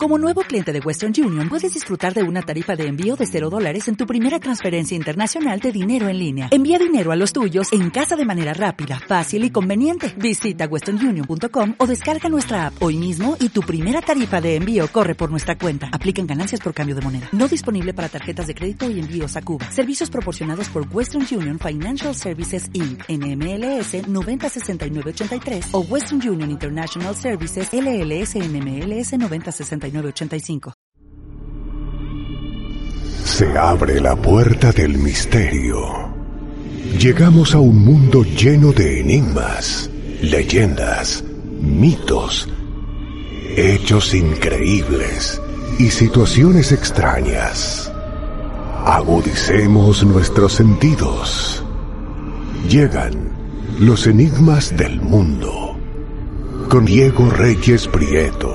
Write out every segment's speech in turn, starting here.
Como nuevo cliente de Western Union, puedes disfrutar de una tarifa de envío de $0 en tu primera transferencia internacional de dinero en línea. Envía dinero a los tuyos en casa de manera rápida, fácil y conveniente. Visita westernunion.com o descarga nuestra app hoy mismo y tu primera tarifa de envío corre por nuestra cuenta. Aplican ganancias por cambio de moneda. No disponible para tarjetas de crédito y envíos a Cuba. Servicios proporcionados por Western Union Financial Services Inc. NMLS 906983 o Western Union International Services LLS NMLS 906985. Se abre la puerta del misterio. Llegamos a un mundo lleno de enigmas, leyendas, mitos, hechos increíbles y situaciones extrañas. Agudicemos nuestros sentidos. Llegan los enigmas del mundo con Diego Reyes Prieto.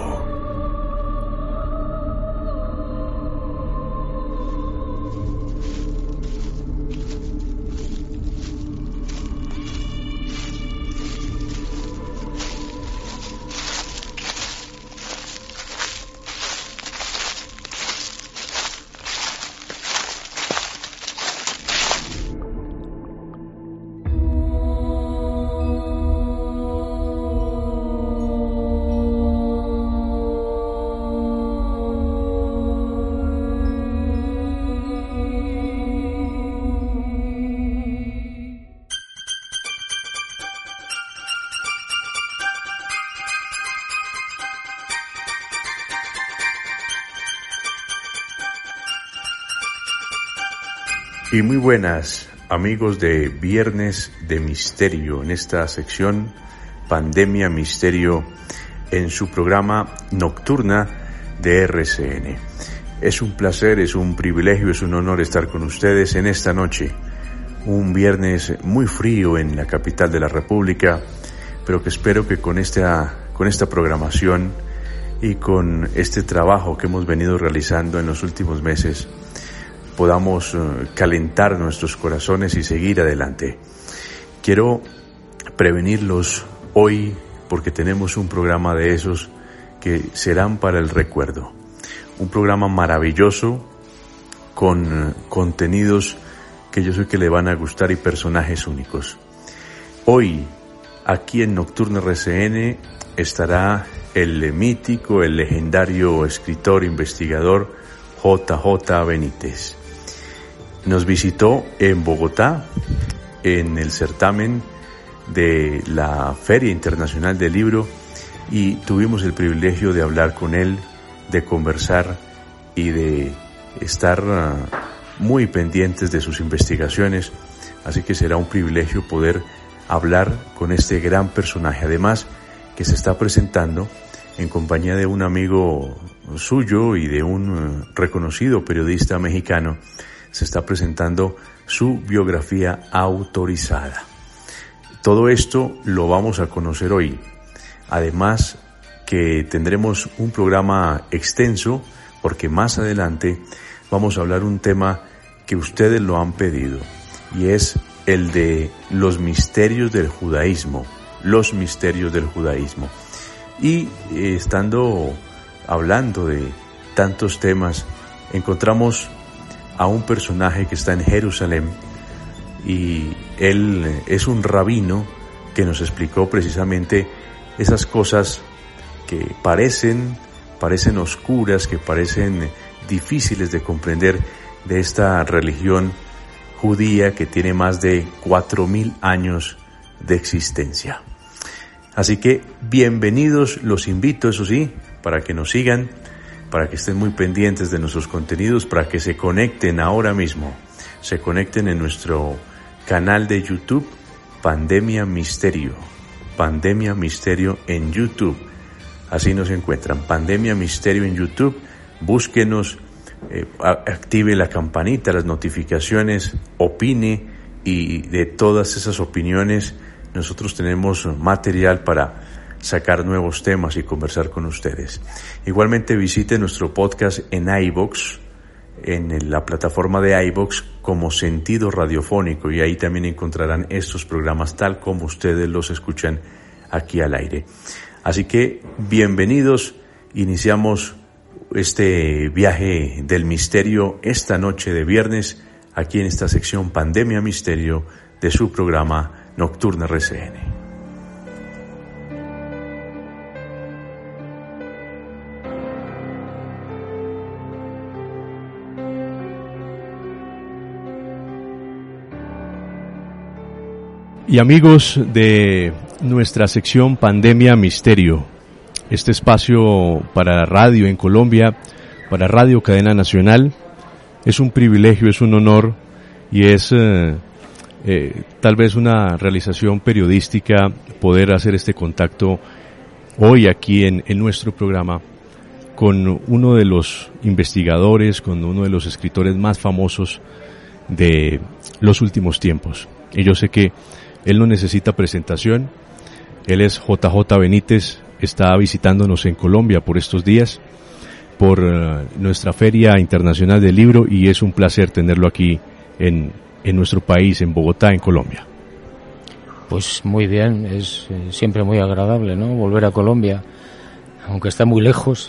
Y muy buenas amigos de Viernes de Misterio, en esta sección Pandemia Misterio en su programa Nocturna de RCN. Es un placer, es un privilegio, es un honor estar con ustedes en esta noche. Un viernes muy frío en la capital de la República, pero que espero que con esta programación y con este trabajo que hemos venido realizando en los últimos meses podamos calentar nuestros corazones y seguir adelante. Quiero prevenirlos hoy porque tenemos un programa de esos que serán para el recuerdo. Un programa maravilloso con contenidos que yo sé que le van a gustar y personajes únicos. Hoy, aquí en Nocturna RCN, estará el mítico, el legendario escritor, investigador JJ Benítez. Nos visitó en Bogotá, en el certamen de la Feria Internacional del Libro, y tuvimos el privilegio de hablar con él, de conversar y de estar muy pendientes de sus investigaciones, así que será un privilegio poder hablar con este gran personaje, además que se está presentando en compañía de un amigo suyo y de un reconocido periodista mexicano. Se está presentando su biografía autorizada. Todo esto lo vamos a conocer hoy. Además que tendremos un programa extenso porque más adelante vamos a hablar un tema que ustedes lo han pedido y es el de los misterios del judaísmo. Los misterios del judaísmo. Y estando hablando de tantos temas, encontramos a un personaje que está en Jerusalén y él es un rabino que nos explicó precisamente esas cosas que parecen oscuras, que parecen difíciles de comprender de esta religión judía que tiene más de 4.000 años de existencia. Así que bienvenidos, los invito, eso sí, para que nos sigan, para que estén muy pendientes de nuestros contenidos, para que se conecten ahora mismo, se conecten en nuestro canal de YouTube, Pandemia Misterio en YouTube, así nos encuentran, Pandemia Misterio en YouTube, búsquenos, active la campanita, las notificaciones, opine y de todas esas opiniones nosotros tenemos material para sacar nuevos temas y conversar con ustedes. Igualmente visite nuestro podcast en iVoox, en la plataforma de iVoox como Sentido Radiofónico, y ahí también encontrarán estos programas tal como ustedes los escuchan aquí al aire. Así que bienvenidos, iniciamos este viaje del misterio esta noche de viernes aquí en esta sección Pandemia Misterio de su programa Nocturna RCN. Y amigos de nuestra sección Pandemia Misterio, este espacio para radio en Colombia, para Radio Cadena Nacional, es un privilegio, es un honor y es tal vez una realización periodística poder hacer este contacto hoy aquí en nuestro programa con uno de los investigadores, con uno de los escritores más famosos de los últimos tiempos. Y yo sé que él no necesita presentación, él es JJ Benítez, está visitándonos en Colombia por estos días, por nuestra Feria Internacional del Libro, y es un placer tenerlo aquí en nuestro país, en Bogotá, en Colombia. Pues muy bien, es siempre muy agradable, ¿no?, volver a Colombia, aunque está muy lejos,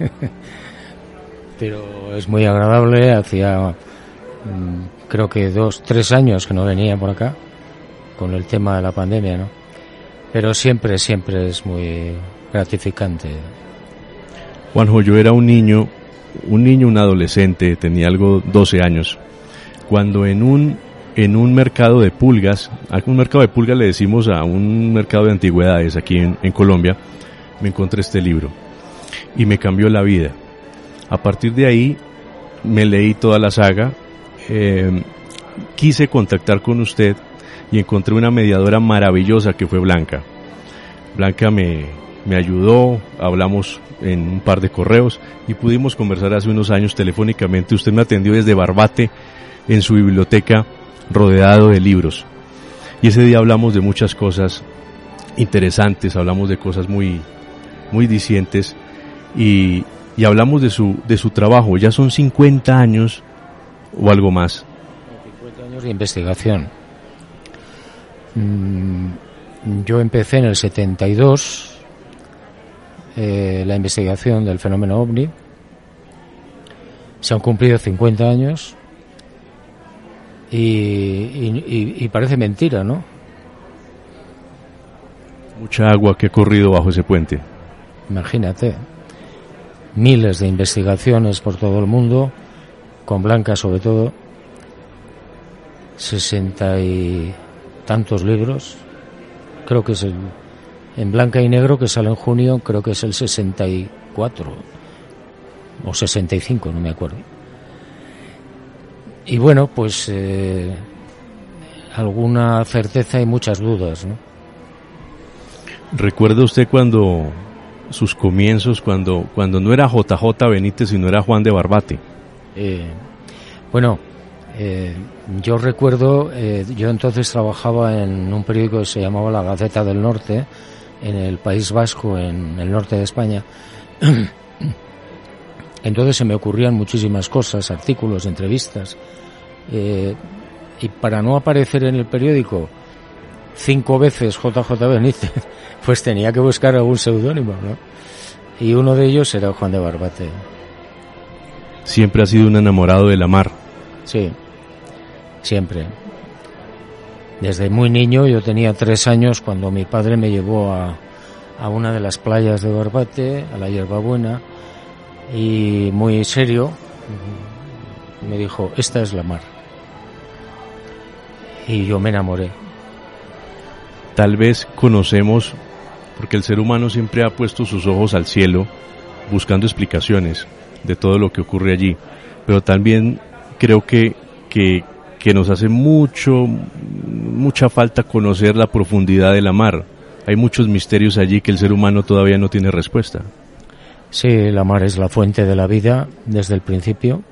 pero es muy agradable. Hacía creo que 2-3 años que no venía por acá, con el tema de la pandemia, ¿no? Pero siempre es muy gratificante. Juanjo, yo era un niño, un adolescente, tenía algo 12 años, cuando en un mercado de pulgas, a un mercado de pulgas le decimos a un mercado de antigüedades aquí en Colombia, me encontré este libro y me cambió la vida. A partir de ahí me leí toda la saga, quise contactar con usted y encontré una mediadora maravillosa que fue Blanca. Blanca me ayudó, hablamos en un par de correos y pudimos conversar hace unos años telefónicamente. Usted me atendió desde Barbate en su biblioteca, rodeado de libros. Y ese día hablamos de muchas cosas interesantes, hablamos de cosas muy discientes y hablamos de su trabajo. Ya son 50 años o algo más. 50 años de investigación. Yo empecé en el 72 la investigación del fenómeno OVNI. Se han cumplido 50 años y parece mentira, ¿no? Mucha agua que ha corrido bajo ese puente. Imagínate, miles de investigaciones por todo el mundo, con Blanca sobre todo, 60 y tantos libros, creo que es en Blanca y Negro, que sale en junio, creo que es el 64 o 65, no me acuerdo. Y bueno, pues alguna certeza y muchas dudas, ¿no? ¿Recuerda usted cuando sus comienzos, cuando no era JJ Benítez, sino era Juan de Barbate? Yo recuerdo, yo entonces trabajaba en un periódico que se llamaba La Gaceta del Norte, en el País Vasco, en el norte de España. Entonces se me ocurrían muchísimas cosas, artículos, entrevistas, y para no aparecer en el periódico 5 veces JJ Benítez, pues tenía que buscar algún seudónimo, ¿no? Y uno de ellos era Juan de Barbate. Siempre ha sido un enamorado de la mar. Sí, siempre. Desde muy niño, yo tenía 3 años cuando mi padre me llevó a una de las playas de Barbate, a la Hierbabuena, y muy serio me dijo: esta es la mar. Y yo me enamoré. Tal vez conocemos, porque el ser humano siempre ha puesto sus ojos al cielo buscando explicaciones de todo lo que ocurre allí, pero también creo que nos hace mucha falta conocer la profundidad de la mar. Hay muchos misterios allí que el ser humano todavía no tiene respuesta. Sí, la mar es la fuente de la vida desde el principio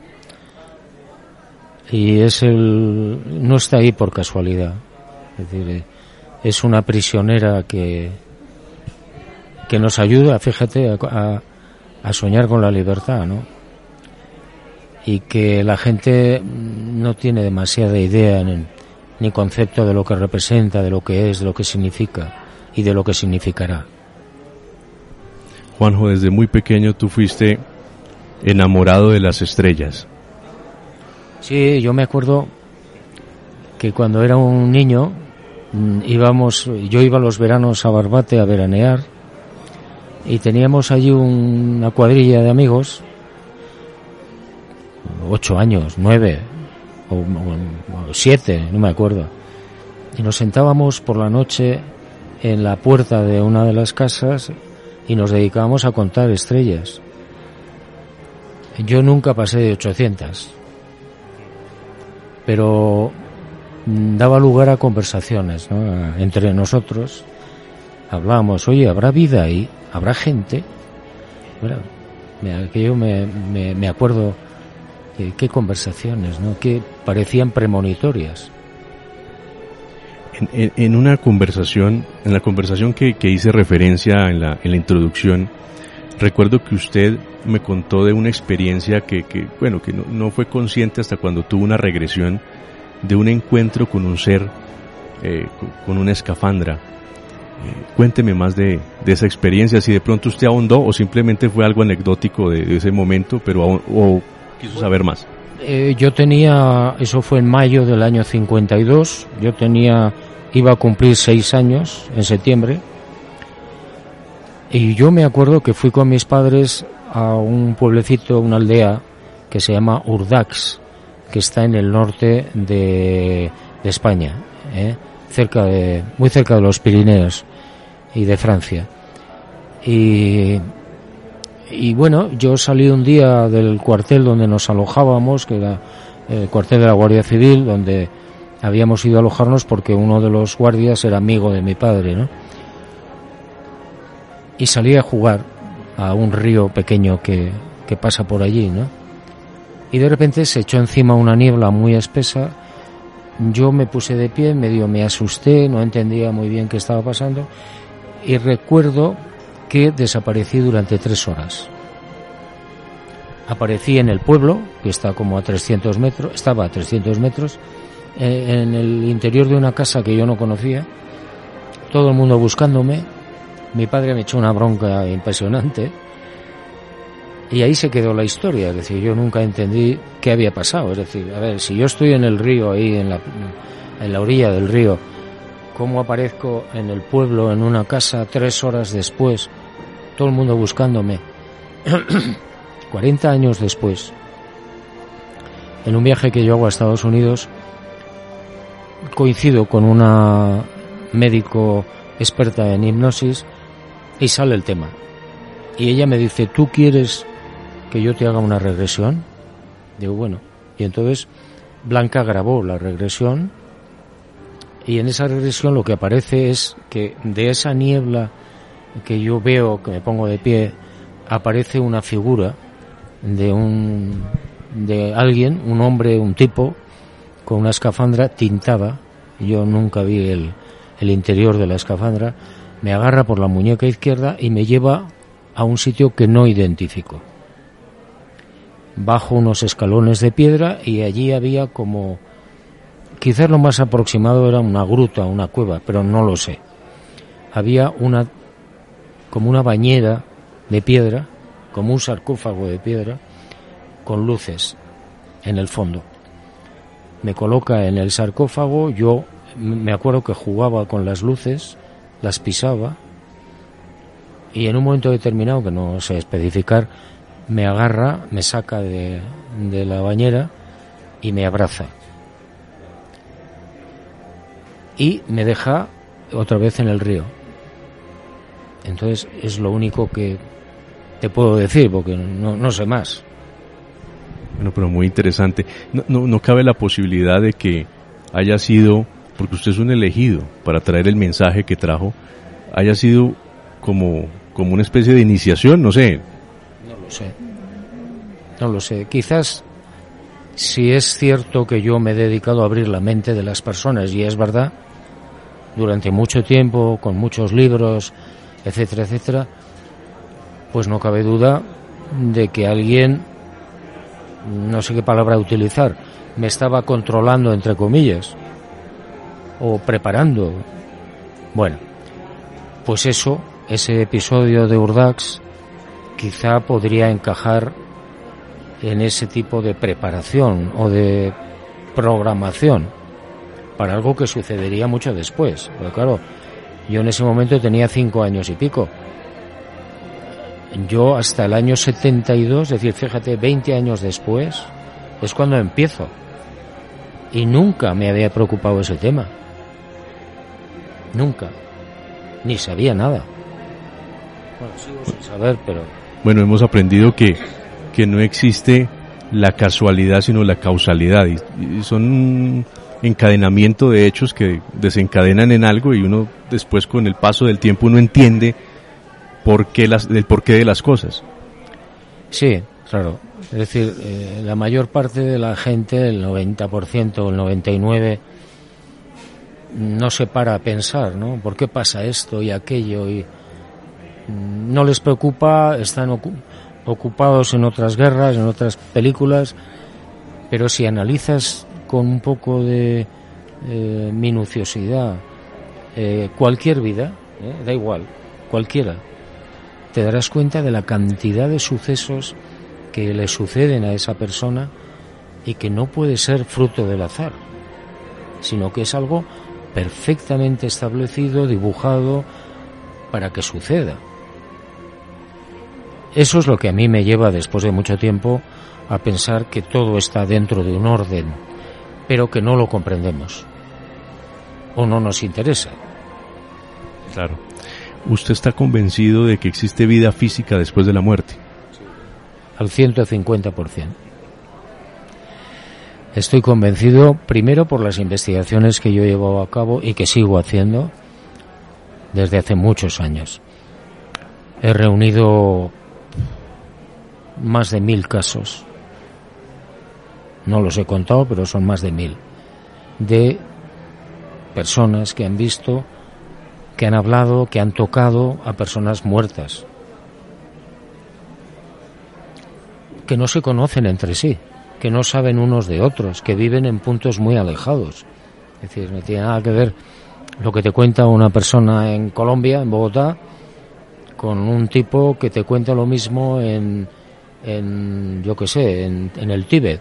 y no está ahí por casualidad. Es decir, es una prisionera que nos ayuda, fíjate, a soñar con la libertad, ¿no? Y que la gente no tiene demasiada idea ni concepto de lo que representa, de lo que es, de lo que significa y de lo que significará. Juanjo, desde muy pequeño tú fuiste enamorado de las estrellas. Sí, yo me acuerdo que cuando era un niño yo iba los veranos a Barbate a veranear y teníamos allí una cuadrilla de amigos, 8 años, 9 o 7, no me acuerdo, y nos sentábamos por la noche en la puerta de una de las casas y nos dedicábamos a contar estrellas. Yo nunca pasé de 800, pero daba lugar a conversaciones, ¿no? Entre nosotros hablábamos, oye, ¿habrá vida ahí? ¿Habrá gente? Bueno, que yo me acuerdo qué conversaciones, ¿no? Que parecían premonitorias. En una conversación, en la conversación que hice referencia en la introducción, recuerdo que usted me contó de una experiencia que no fue consciente hasta cuando tuvo una regresión de un encuentro con un ser, con una escafandra. Cuénteme más de esa experiencia, si de pronto usted ahondó o simplemente fue algo anecdótico de ese momento, o quiso saber más. Eso fue en mayo del año 52, iba a cumplir 6 años en septiembre, y yo me acuerdo que fui con mis padres a un pueblecito, una aldea que se llama Urdax, que está en el norte de España, muy cerca de los Pirineos y de Francia. Y bueno, yo salí un día del cuartel donde nos alojábamos, que era el cuartel de la Guardia Civil, donde habíamos ido a alojarnos porque uno de los guardias era amigo de mi padre, ¿no? Y salí a jugar a un río pequeño que pasa por allí, ¿no? Y de repente se echó encima una niebla muy espesa. Yo me puse de pie, medio me asusté, no entendía muy bien qué estaba pasando, y recuerdo que desaparecí durante 3 horas. Aparecí en el pueblo, que está como estaba a 300 metros, en el interior de una casa que yo no conocía, todo el mundo buscándome. Mi padre me echó una bronca impresionante, y ahí se quedó la historia. Es decir, yo nunca entendí qué había pasado. Es decir, a ver, si yo estoy en el río, ahí en la orilla del río, ¿cómo aparezco en el pueblo, en una casa, 3 horas después, todo el mundo buscándome? 40 años después, en un viaje que yo hago a Estados Unidos, coincido con una médico experta en hipnosis y sale el tema. Y ella me dice, ¿tú quieres que yo te haga una regresión? Digo, bueno. Y entonces Blanca grabó la regresión, y en esa regresión lo que aparece es que de esa niebla que yo veo, que me pongo de pie, aparece una figura de alguien, un hombre, un tipo, con una escafandra tintada. Yo nunca vi el interior de la escafandra. Me agarra por la muñeca izquierda y me lleva a un sitio que no identifico. Bajo unos escalones de piedra y allí había como, quizás lo más aproximado era una gruta, una cueva, pero no lo sé. Había como una bañera de piedra, como un sarcófago de piedra, con luces en el fondo. Me coloca en el sarcófago, yo me acuerdo que jugaba con las luces, las pisaba, y en un momento determinado, que no sé especificar, me agarra, me saca de la bañera y me abraza. Y me deja otra vez en el río. Entonces es lo único que te puedo decir, porque no sé más. Bueno, pero muy interesante. No cabe la posibilidad de que haya sido, porque usted es un elegido para traer el mensaje que trajo, haya sido como una especie de iniciación, no sé. No lo sé. Quizás, si es cierto que yo me he dedicado a abrir la mente de las personas, y es verdad, durante mucho tiempo, con muchos libros, etcétera, etcétera, pues no cabe duda de que alguien, no sé qué palabra utilizar, me estaba controlando, entre comillas, o preparando. Bueno, pues ese episodio de Urdax quizá podría encajar en ese tipo de preparación o de programación para algo que sucedería mucho después. Pero claro, yo en ese momento tenía 5 años y pico. Yo hasta el año 72, es decir, fíjate, 20 años después, es cuando empiezo. Y nunca me había preocupado ese tema. Nunca. Ni sabía nada. Bueno, sigo sin saber, pero... Bueno, hemos aprendido que no existe la casualidad, sino la causalidad. Y son un encadenamiento de hechos que desencadenan en algo y uno después, con el paso del tiempo, uno entiende el porqué de las cosas. Sí, claro. Es decir, la mayor parte de la gente, el 90% o el 99%, no se para a pensar, ¿no? ¿Por qué pasa esto y aquello? Y no les preocupa, están ocupados en otras guerras, en otras películas, pero si analizas con un poco de minuciosidad cualquier vida, da igual, cualquiera, te darás cuenta de la cantidad de sucesos que le suceden a esa persona y que no puede ser fruto del azar, sino que es algo perfectamente establecido, dibujado para que suceda. Eso es lo que a mí me lleva, después de mucho tiempo, a pensar que todo está dentro de un orden, pero que no lo comprendemos o no nos interesa. Claro. ¿Usted está convencido de que existe vida física después de la muerte? Al 150%. Estoy convencido, primero, por las investigaciones que yo he llevado a cabo y que sigo haciendo desde hace muchos años. He reunido más de 1000 casos. No los he contado, pero son más de 1000. De personas que han visto, que han hablado, que han tocado a personas muertas, que no se conocen entre sí, que no saben unos de otros, que viven en puntos muy alejados. Es decir, no tiene nada que ver lo que te cuenta una persona en Colombia, en Bogotá, con un tipo que te cuenta lo mismo en yo qué sé, en el Tíbet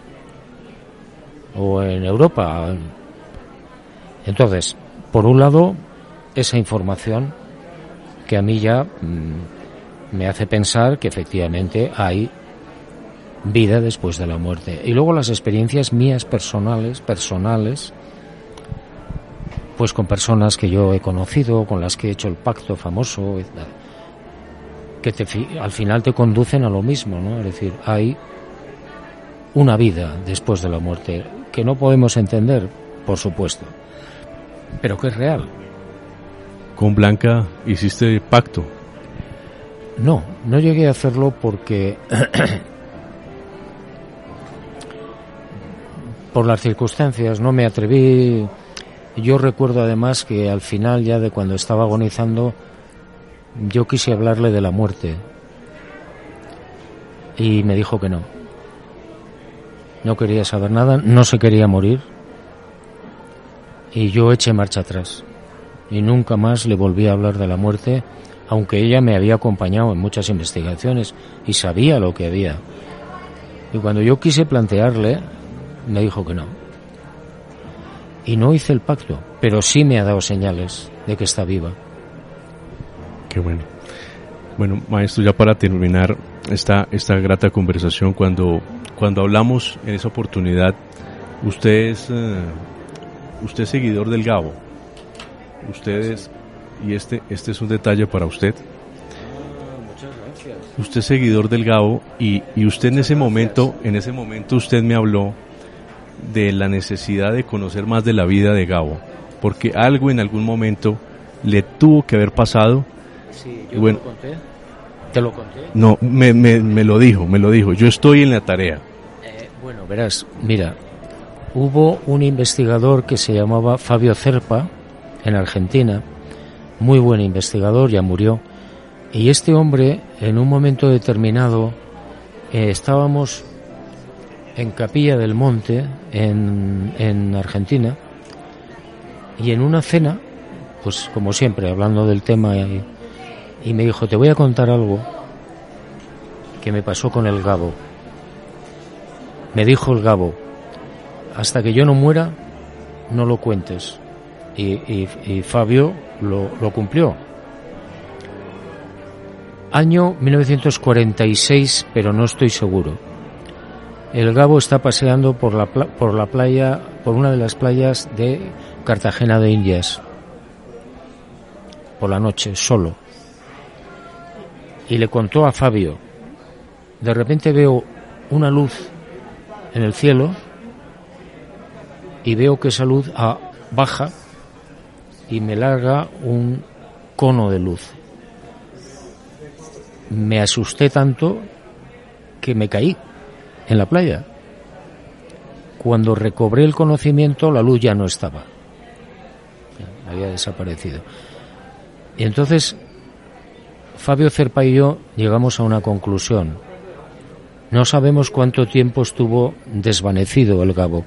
o en Europa. Entonces, por un lado, esa información que a mí ya me hace pensar que efectivamente hay vida después de la muerte. Y luego las experiencias mías personales, pues con personas que yo he conocido, con las que he hecho el pacto famoso, que al final te conducen a lo mismo, ¿no? Es decir, hay una vida después de la muerte que no podemos entender, por supuesto, pero que es real. ¿Con Blanca hiciste pacto? No llegué a hacerlo porque por las circunstancias no me atreví. Yo recuerdo además que al final, ya de cuando estaba agonizando, yo quise hablarle de la muerte y me dijo que no quería saber nada, no se quería morir, y yo eché marcha atrás y nunca más le volví a hablar de la muerte, aunque ella me había acompañado en muchas investigaciones y sabía lo que había. Y cuando yo quise plantearle, me dijo que no. Y no hice el pacto, pero sí me ha dado señales de que está viva. Qué bueno. Bueno, maestro, ya para terminar esta grata conversación, cuando hablamos en esa oportunidad, usted es seguidor del Gabo. Y este es un detalle para usted. Muchas gracias. Usted es seguidor del Gabo y usted en ese momento usted me habló de la necesidad de conocer más de la vida de Gabo, porque algo en algún momento le tuvo que haber pasado. Sí, yo bueno, ¿Te lo conté? No, me lo dijo. Yo estoy en la tarea. Bueno, verás, mira, hubo un investigador que se llamaba Fabio Zerpa en Argentina, muy buen investigador, ya murió, y este hombre, en un momento determinado, estábamos en Capilla del Monte, en Argentina, y en una cena, pues como siempre, hablando del tema, y me dijo, te voy a contar algo que me pasó con el Gabo. me dijo el Gabo: hasta que yo no muera, no lo cuentes. Y Fabio lo cumplió. Año 1946, pero no estoy seguro. El Gabo está paseando por la playa, por una de las playas de Cartagena de Indias, por la noche, solo. Y le contó a Fabio: de repente veo una luz en el cielo y veo que esa luz baja y me larga un cono de luz. Me asusté tanto que me caí en la playa. Cuando recobré el conocimiento, la luz ya no estaba, había desaparecido. Y entonces Fabio Cerpa y yo llegamos a una conclusión: no sabemos cuánto tiempo estuvo desvanecido el Gabo,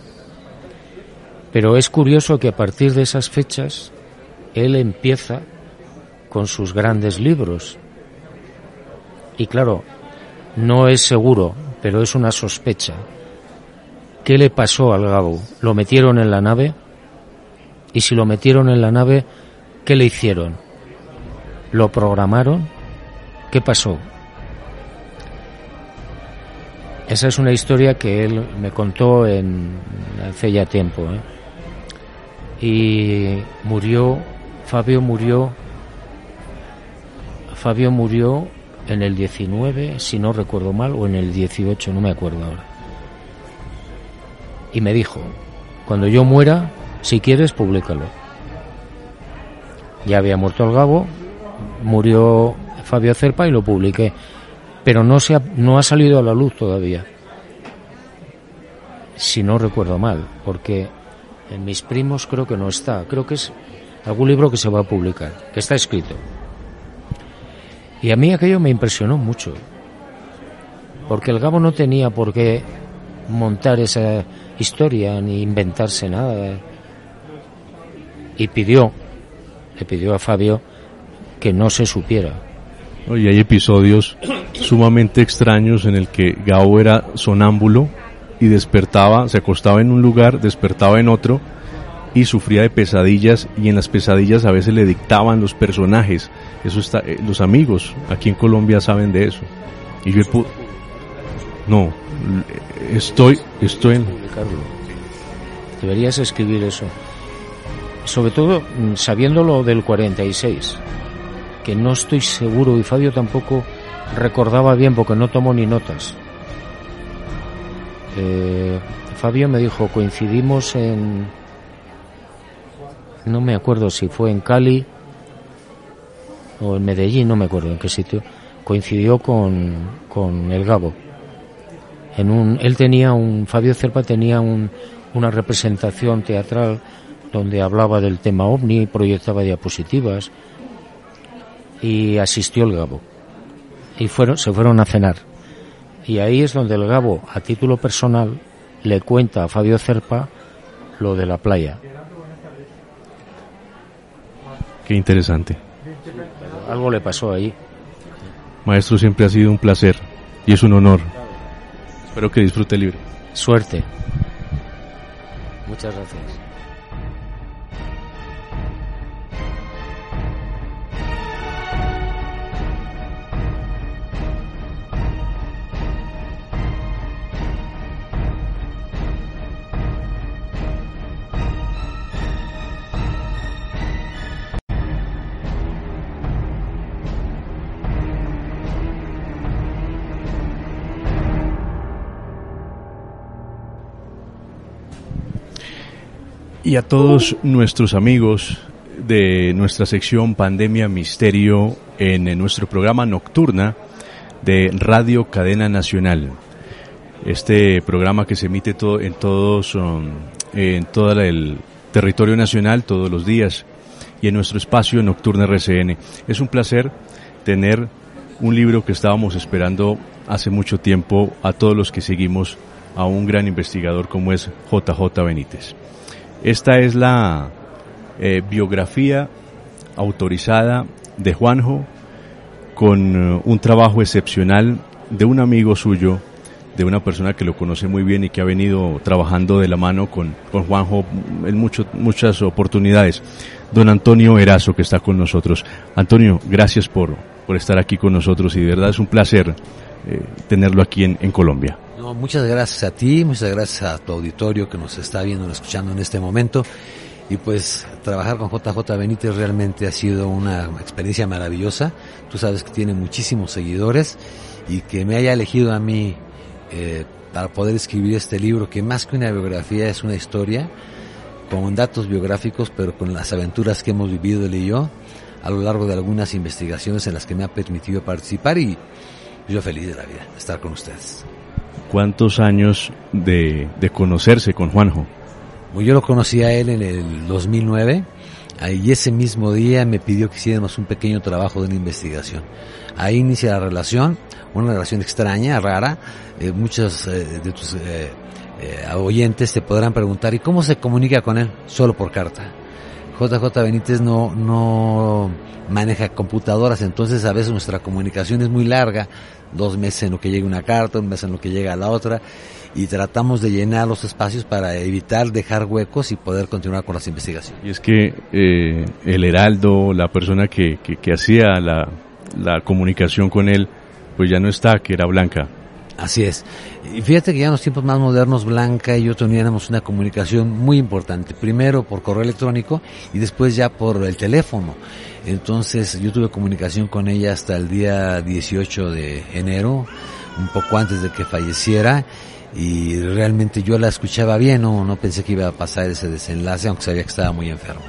pero es curioso que a partir de esas fechas él empieza con sus grandes libros. Y claro, no es seguro, pero es una sospecha. ¿Qué le pasó al Gabo? ¿Lo metieron en la nave? Y si lo metieron en la nave, ¿qué le hicieron? ¿Lo programaron? ¿Qué pasó? Esa es una historia que él me contó hace ya tiempo, Y Fabio murió en el 19, si no recuerdo mal, o en el 18, no me acuerdo ahora. Y me dijo: cuando yo muera, si quieres, públicalo. Ya había muerto el Gabo, murió Fabio Cerpa y lo publiqué, pero no ha salido a la luz todavía, si no recuerdo mal, porque en Mis Primos creo que no está. Creo que es algún libro que se va a publicar, que está escrito. Y a mí aquello me impresionó mucho, porque el Gabo no tenía por qué montar esa historia ni inventarse nada. Y le pidió a Fabio que no se supiera. Y hay episodios sumamente extraños en el que Gabo era sonámbulo y despertaba, se acostaba en un lugar, despertaba en otro y sufría de pesadillas, y en las pesadillas a veces le dictaban los personajes. Eso está, los amigos aquí en Colombia saben de eso. Y yo no, estoy en... Deberías escribir eso, sobre todo sabiendo lo del 46, que no estoy seguro, y Fabio tampoco recordaba bien porque no tomó ni notas. Fabio me dijo: coincidimos no me acuerdo si fue en Cali o en Medellín, no me acuerdo en qué sitio, coincidió con el Gabo. Fabio Cerpa tenía una representación teatral donde hablaba del tema OVNI, proyectaba diapositivas, y asistió el Gabo. Y se fueron a cenar. Y ahí es donde el Gabo, a título personal, le cuenta a Fabio Cerpa lo de la playa. Qué interesante. Algo le pasó ahí. Maestro, siempre ha sido un placer y es un honor. Espero que disfrute el libro. Suerte. Muchas gracias. Y a todos nuestros amigos de nuestra sección Pandemia Misterio en nuestro programa Nocturna de Radio Cadena Nacional. Este programa que se emite en todo el territorio nacional todos los días, y en nuestro espacio Nocturna RCN. Es un placer tener un libro que estábamos esperando hace mucho tiempo a todos los que seguimos a un gran investigador como es JJ Benítez. Esta es la biografía autorizada de Juanjo, con un trabajo excepcional de un amigo suyo, de una persona que lo conoce muy bien y que ha venido trabajando de la mano con Juanjo en muchas oportunidades. Don Antonio Erazo, que está con nosotros. Antonio, gracias por estar aquí con nosotros y de verdad es un placer tenerlo aquí en Colombia. No, muchas gracias a ti, muchas gracias a tu auditorio que nos está viendo y escuchando en este momento. Y pues trabajar con JJ Benítez realmente ha sido una experiencia maravillosa. Tú sabes que tiene muchísimos seguidores y que me haya elegido a mí para poder escribir este libro, que más que una biografía es una historia con datos biográficos, pero con las aventuras que hemos vivido él y yo a lo largo de algunas investigaciones en las que me ha permitido participar, y yo feliz de la vida de estar con ustedes. ¿Cuántos años de conocerse con Juanjo? Pues yo lo conocí a él en el 2009 y ese mismo día me pidió que hiciéramos un pequeño trabajo de una investigación. Ahí inicia la relación, una relación extraña, rara. Muchos de tus oyentes te podrán preguntar, ¿y cómo se comunica con él? Solo por carta. JJ Benítez no maneja computadoras, entonces a veces nuestra comunicación es muy larga, 2 meses en lo que llega una carta, 1 mes en lo que llega la otra, y tratamos de llenar los espacios para evitar dejar huecos y poder continuar con las investigaciones. Y es que el Heraldo, la persona que hacía la comunicación con él, pues ya no está, que era Blanca. Así es. Y fíjate que ya en los tiempos más modernos, Blanca y yo teníamos una comunicación muy importante. Primero por correo electrónico y después ya por el teléfono. Entonces yo tuve comunicación con ella hasta el día 18 de enero, un poco antes de que falleciera. Y realmente yo la escuchaba bien, no pensé que iba a pasar ese desenlace, aunque sabía que estaba muy enferma.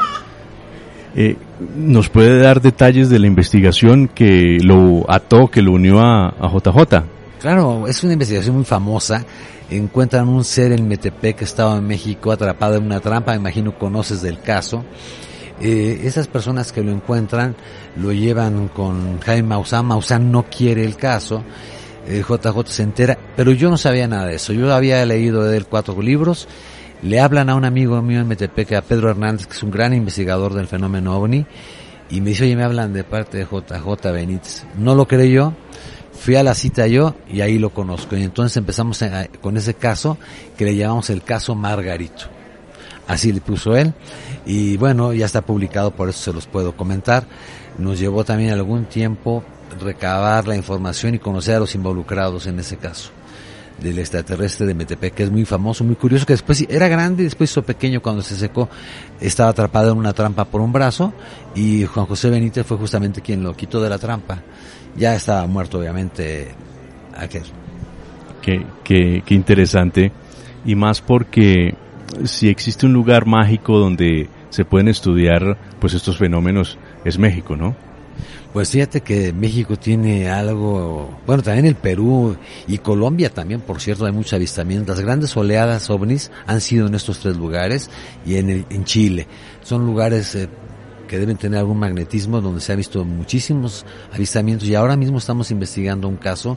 ¿Nos puede dar detalles de la investigación que lo ató, que lo unió a JJ? Claro, es una investigación muy famosa. Encuentran un ser en Metepec, Estado de México, atrapado en una trampa. Me imagino conoces del caso. Esas personas que lo encuentran lo llevan con Jaime Maussan. Maussan no quiere el caso. JJ se entera, pero yo no sabía nada de eso. Yo había leído de él 4 libros. Le hablan a un amigo mío en Metepec, a Pedro Hernández, que es un gran investigador del fenómeno OVNI, y me dice, oye, me hablan de parte de JJ Benítez. No lo creyó. Fui a la cita yo y ahí lo conozco. Y entonces empezamos con ese caso que le llamamos el caso Margarito. Así le puso él. Y bueno, ya está publicado, por eso se los puedo comentar. Nos llevó también algún tiempo recabar la información y conocer a los involucrados en ese caso del extraterrestre de Metepec, que es muy famoso, muy curioso, que después era grande y después hizo pequeño cuando se secó. Estaba atrapado en una trampa por un brazo y Juan José Benítez fue justamente quien lo quitó de la trampa. Ya estaba muerto, obviamente, aquel. Qué interesante, y más porque si existe un lugar mágico donde se pueden estudiar pues estos fenómenos, es México, ¿no? Pues fíjate que México tiene algo, bueno, también el Perú y Colombia también, por cierto, hay muchos avistamientos. Las grandes oleadas ovnis han sido en estos 3 lugares y en Chile. Son lugares que deben tener algún magnetismo, donde se ha visto muchísimos avistamientos, y ahora mismo estamos investigando un caso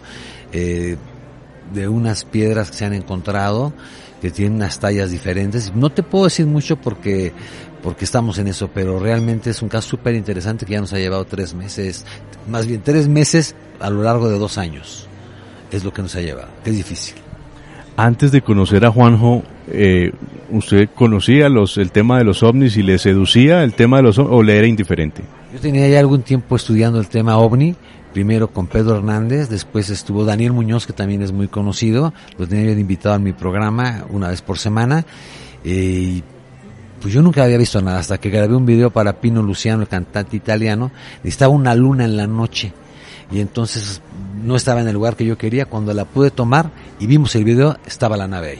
de unas piedras que se han encontrado que tienen unas tallas diferentes. No te puedo decir mucho porque estamos en eso, pero realmente es un caso súper interesante que ya nos ha llevado 3 meses, más bien 3 meses a lo largo de 2 años. Es lo que nos ha llevado, que es difícil. Antes de conocer a Juanjo, ¿usted conocía el tema de los ovnis y le seducía el tema de los ovnis o le era indiferente? Yo tenía ya algún tiempo estudiando el tema ovni, primero con Pedro Hernández, después estuvo Daniel Muñoz, que también es muy conocido, lo tenía bien invitado a mi programa una vez por semana, y pues yo nunca había visto nada, hasta que grabé un video para Pino Luciano, el cantante italiano. Estaba una luna en la noche, y entonces no estaba en el lugar que yo quería. Cuando la pude tomar y vimos el video, estaba la nave ahí.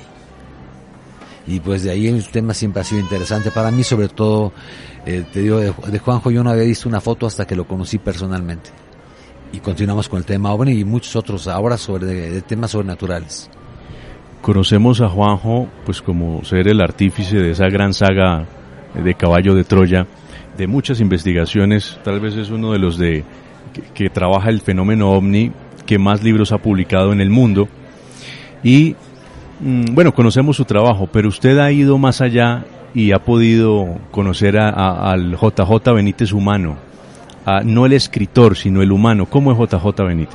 Y pues de ahí el tema siempre ha sido interesante para mí, sobre todo, te digo, de Juanjo yo no había visto una foto hasta que lo conocí personalmente. Y continuamos con el tema OVNI y muchos otros ahora de temas sobrenaturales. Conocemos a Juanjo pues como ser el artífice de esa gran saga de Caballo de Troya, de muchas investigaciones. Tal vez es uno de los que trabaja el fenómeno OVNI, que más libros ha publicado en el mundo. Y bueno, conocemos su trabajo, pero usted ha ido más allá y ha podido conocer al JJ Benítez humano. No el escritor, sino el humano. ¿Cómo es JJ Benítez?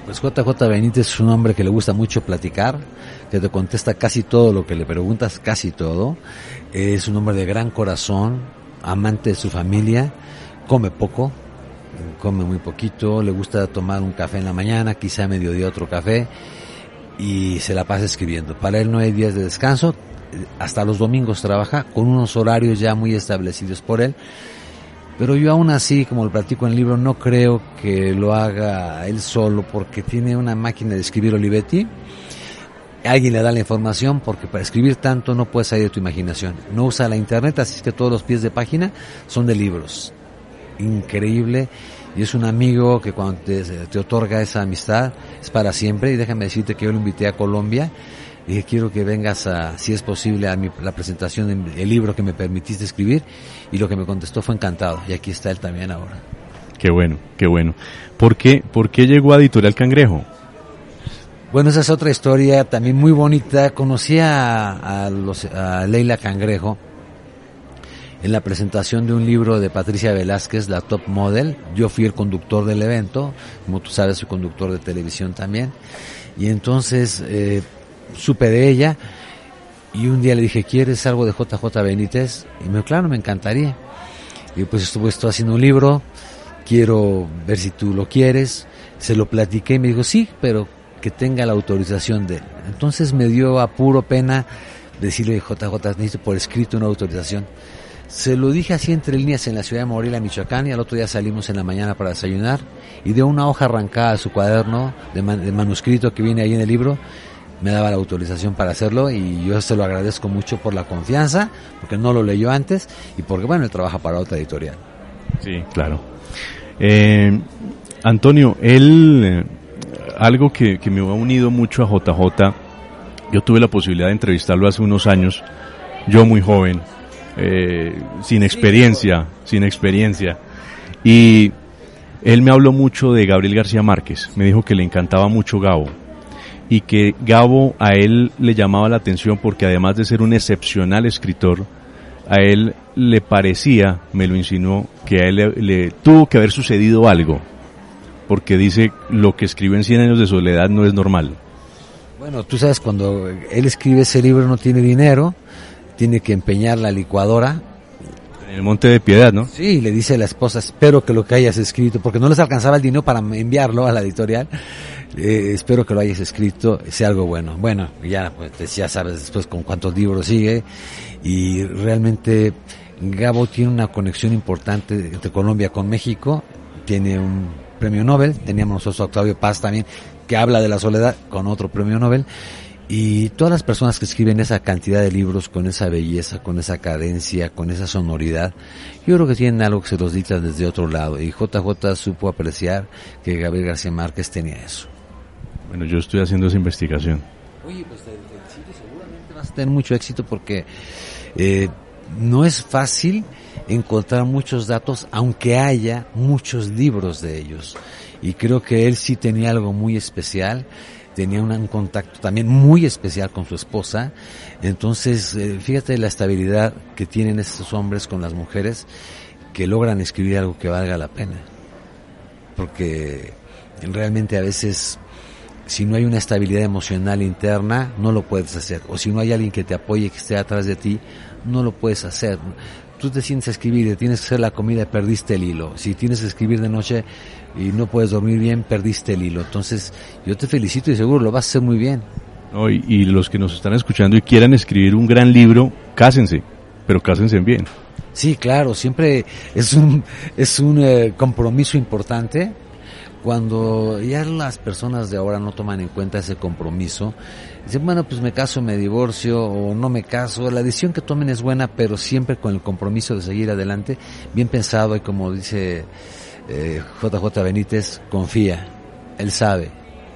Pues JJ Benítez es un hombre que le gusta mucho platicar, que te contesta casi todo lo que le preguntas, casi todo. Es un hombre de gran corazón, amante de su familia, come poco, come muy poquito, le gusta tomar un café en la mañana, quizá a mediodía otro café, y se la pasa escribiendo. Para él no hay días de descanso, hasta los domingos trabaja, con unos horarios ya muy establecidos por él. Pero yo aún así, como lo platico en el libro, no creo que lo haga él solo, porque tiene una máquina de escribir Olivetti. Alguien le da la información, porque para escribir tanto no puedes salir de tu imaginación. No usa la internet, así que todos los pies de página son de libros. Increíble. Y es un amigo que cuando te otorga esa amistad es para siempre. Y déjame decirte que yo lo invité a Colombia. Y dije, quiero que vengas si es posible, a la presentación del libro que me permitiste escribir, y lo que me contestó fue encantado, y aquí está él también ahora. Qué bueno, qué bueno. ¿Por qué llegó a Editorial Cangrejo? Bueno, esa es otra historia también muy bonita. Conocí a Leila Cangrejo en la presentación de un libro de Patricia Velázquez, la Top Model. Yo fui el conductor del evento, como tú sabes, soy conductor de televisión también, y entonces supe de ella, y un día le dije, ¿quieres algo de JJ Benítez? Y me dijo, claro, me encantaría. Y pues estoy haciendo un libro, quiero ver si tú lo quieres. Se lo platiqué y me dijo, sí, pero que tenga la autorización de él. Entonces me dio a puro pena decirle, JJ, necesito por escrito una autorización. Se lo dije así entre líneas en la ciudad de Morelia, Michoacán, y al otro día salimos en la mañana para desayunar, y de una hoja arrancada de su cuaderno de manuscrito que viene ahí en el libro, me daba la autorización para hacerlo, y yo se lo agradezco mucho por la confianza, porque no lo leyó antes, y porque, bueno, él trabaja para otra editorial. Sí, claro. Antonio, algo que me ha unido mucho a JJ, yo tuve la posibilidad de entrevistarlo hace unos años, yo muy joven, sin experiencia, y él me habló mucho de Gabriel García Márquez, me dijo que le encantaba mucho Gabo, y que Gabo a él le llamaba la atención porque además de ser un excepcional escritor, a él le parecía, me lo insinuó, que a él le tuvo que haber sucedido algo, porque dice, lo que escribió en 100 años de soledad no es normal. Bueno, tú sabes, cuando él escribe ese libro no tiene dinero, tiene que empeñar la licuadora. En el Monte de Piedad, ¿no? Sí, le dice a la esposa, espero que lo que hayas escrito, porque no les alcanzaba el dinero para enviarlo a la editorial, espero que lo hayas escrito, sea algo bueno. Bueno, ya, pues ya sabes después con cuántos libros sigue, y realmente Gabo tiene una conexión importante entre Colombia con México, tiene un premio Nobel, teníamos nosotros a Octavio Paz también, que habla de la soledad, con otro premio Nobel, y todas las personas que escriben esa cantidad de libros con esa belleza, con esa cadencia, con esa sonoridad, yo creo que tienen algo que se los dicta desde otro lado, y JJ supo apreciar que Gabriel García Márquez tenía eso. Bueno, yo estoy haciendo esa investigación. Oye, pues seguramente vas a tener mucho éxito, porque no es fácil encontrar muchos datos, aunque haya muchos libros de ellos, y creo que él sí tenía algo muy especial, tenía un contacto también muy especial con su esposa. Entonces, fíjate la estabilidad que tienen estos hombres con las mujeres, que logran escribir algo que valga la pena, porque realmente a veces, si no hay una estabilidad emocional interna, no lo puedes hacer, o si no hay alguien que te apoye, que esté atrás de ti, no lo puedes hacer. Tú te sientes a escribir, tienes que hacer la comida, perdiste el hilo. Si tienes que escribir de noche y no puedes dormir bien, perdiste el hilo. Entonces, yo te felicito y seguro lo vas a hacer muy bien. No, y los que nos están escuchando y quieran escribir un gran libro, cásense, pero cásense bien. Sí, claro, siempre es un compromiso importante. Cuando ya las personas de ahora no toman en cuenta ese compromiso, dicen, bueno, pues me caso, me divorcio, o no me caso, la decisión que tomen es buena, pero siempre con el compromiso de seguir adelante, bien pensado, y como dice JJ Benítez, confía, él sabe.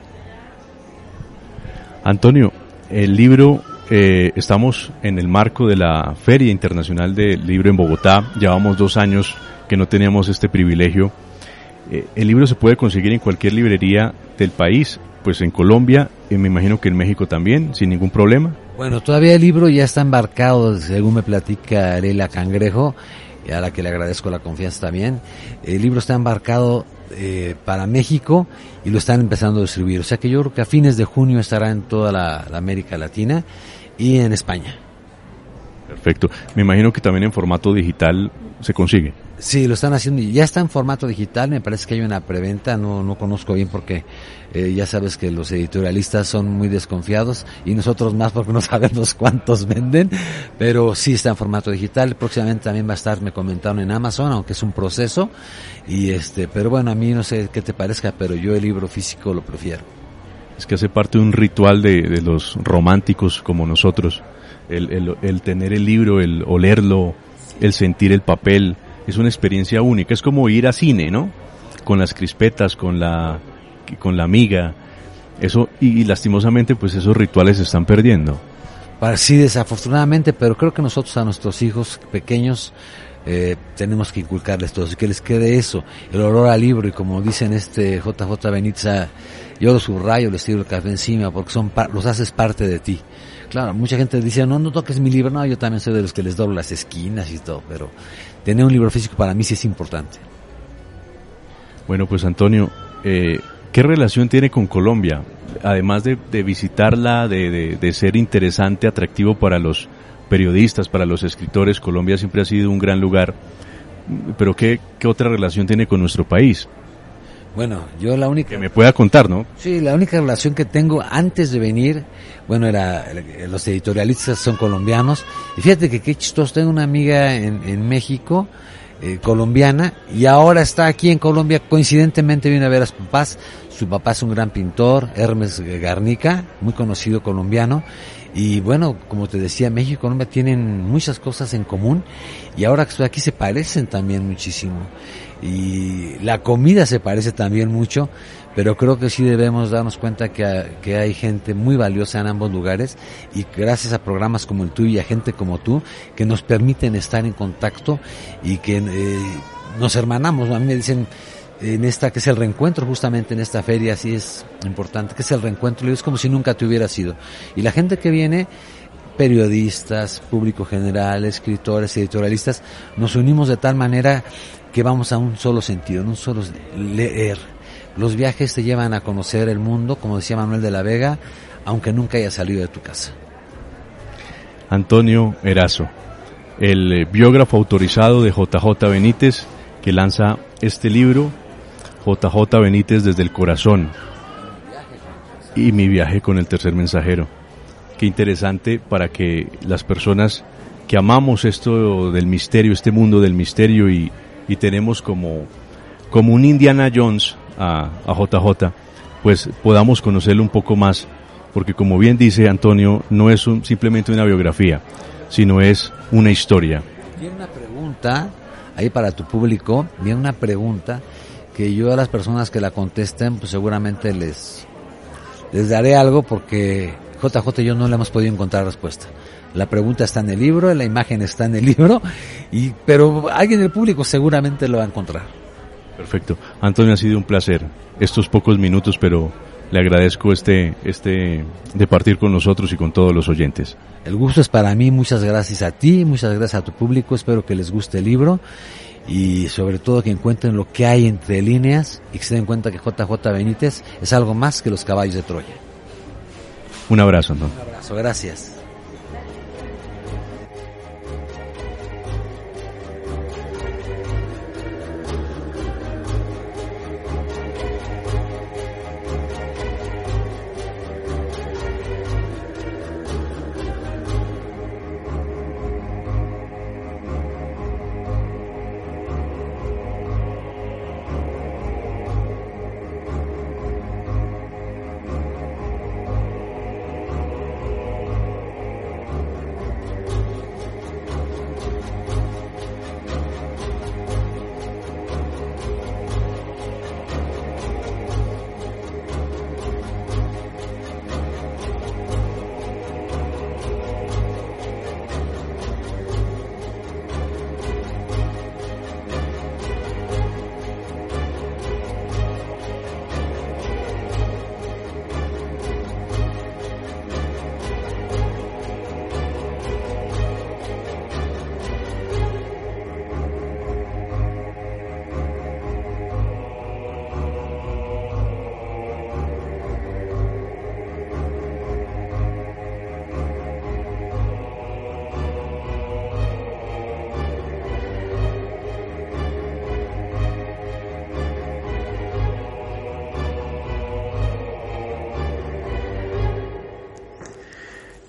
Antonio, el libro, estamos en el marco de la Feria Internacional del Libro en Bogotá, llevamos 2 años que no teníamos este privilegio. El libro se puede conseguir en cualquier librería del país, pues en Colombia, y me imagino que en México también, sin ningún problema. Bueno, todavía el libro ya está embarcado, según me platica Leila Cangrejo, a la que le agradezco la confianza también. El libro está embarcado para México y lo están empezando a distribuir. O sea que yo creo que a fines de junio estará en toda la América Latina y en España. Perfecto. Me imagino que también en formato digital se consigue. Sí, lo están haciendo y ya está en formato digital. Me parece que hay una preventa, no conozco bien porque ya sabes que los editorialistas son muy desconfiados y nosotros más porque no sabemos cuántos venden, pero sí está en formato digital. Próximamente también va a estar, me comentaron, en Amazon, aunque es un proceso. Y pero bueno, a mí no sé qué te parezca, pero yo el libro físico lo prefiero. Es que hace parte de un ritual de los románticos como nosotros. El tener el libro, el olerlo, el sentir el papel, es una experiencia única. Es como ir a cine, ¿no? Con las crispetas, con la amiga. Eso, y lastimosamente, pues esos rituales se están perdiendo. Sí, desafortunadamente, pero creo que nosotros a nuestros hijos pequeños tenemos que inculcarles todo, que les quede eso, el olor al libro, y como dicen JJ Benítez, yo lo subrayo, les tiro el café encima, porque los haces parte de ti. Claro, mucha gente dice, no toques mi libro. No, yo también soy de los que les doblo las esquinas y todo, pero tener un libro físico para mí sí es importante. Bueno, pues Antonio, ¿qué relación tiene con Colombia? Además de visitarla, de ser interesante, atractivo para los periodistas, para los escritores, Colombia siempre ha sido un gran lugar, pero ¿qué otra relación tiene con nuestro país? Bueno, yo la única... Que me pueda contar, ¿no? Sí, la única relación que tengo antes de venir, bueno, los editorialistas son colombianos, y fíjate que qué chistoso, tengo una amiga en México, colombiana, y ahora está aquí en Colombia, coincidentemente viene a ver a sus papás. Su papá es un gran pintor, Hermes Garnica, muy conocido colombiano, y bueno, como te decía, México y Colombia tienen muchas cosas en común, y ahora que estoy aquí se parecen también muchísimo, y la comida se parece también mucho, pero creo que sí debemos darnos cuenta que hay gente muy valiosa en ambos lugares, y gracias a programas como el tuyo y a gente como tú, que nos permiten estar en contacto y que nos hermanamos. A mí me dicen que es el reencuentro, justamente en esta feria, así es importante, que es el reencuentro, es como si nunca te hubieras ido. Y la gente que viene, periodistas, público general, escritores, editorialistas, nos unimos de tal manera que vamos a un solo sentido, en un solo leer. Los viajes te llevan a conocer el mundo, como decía Manuel de la Vega, aunque nunca hayas salido de tu casa. Antonio Erazo, el biógrafo autorizado de JJ Benítez, que lanza este libro, JJ Benítez desde el corazón, y mi viaje con el tercer mensajero. Qué interesante para que las personas que amamos esto del misterio, este mundo del misterio, y tenemos como un Indiana Jones a JJ, pues podamos conocerlo un poco más, porque como bien dice Antonio, no es simplemente una biografía, sino es una historia. Viene una pregunta ahí para tu público, viene una pregunta que yo a las personas que la contesten, pues seguramente les daré algo, porque JJ y yo no le hemos podido encontrar respuesta. La pregunta está en el libro, la imagen está en el libro, pero alguien del público seguramente lo va a encontrar. Perfecto. Antonio, ha sido un placer estos pocos minutos, pero le agradezco de partir con nosotros y con todos los oyentes. El gusto es para mí, muchas gracias a ti, muchas gracias a tu público, espero que les guste el libro y sobre todo que encuentren lo que hay entre líneas y que se den cuenta que JJ Benítez es algo más que los caballos de Troya. Un abrazo, Antonio. Un abrazo, gracias.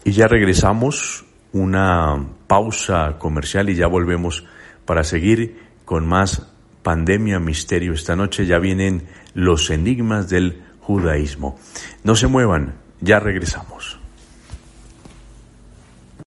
Y ya regresamos, una pausa comercial y ya volvemos para seguir con más Pandemia Misterio. Esta noche ya vienen los enigmas del judaísmo. No se muevan, ya regresamos.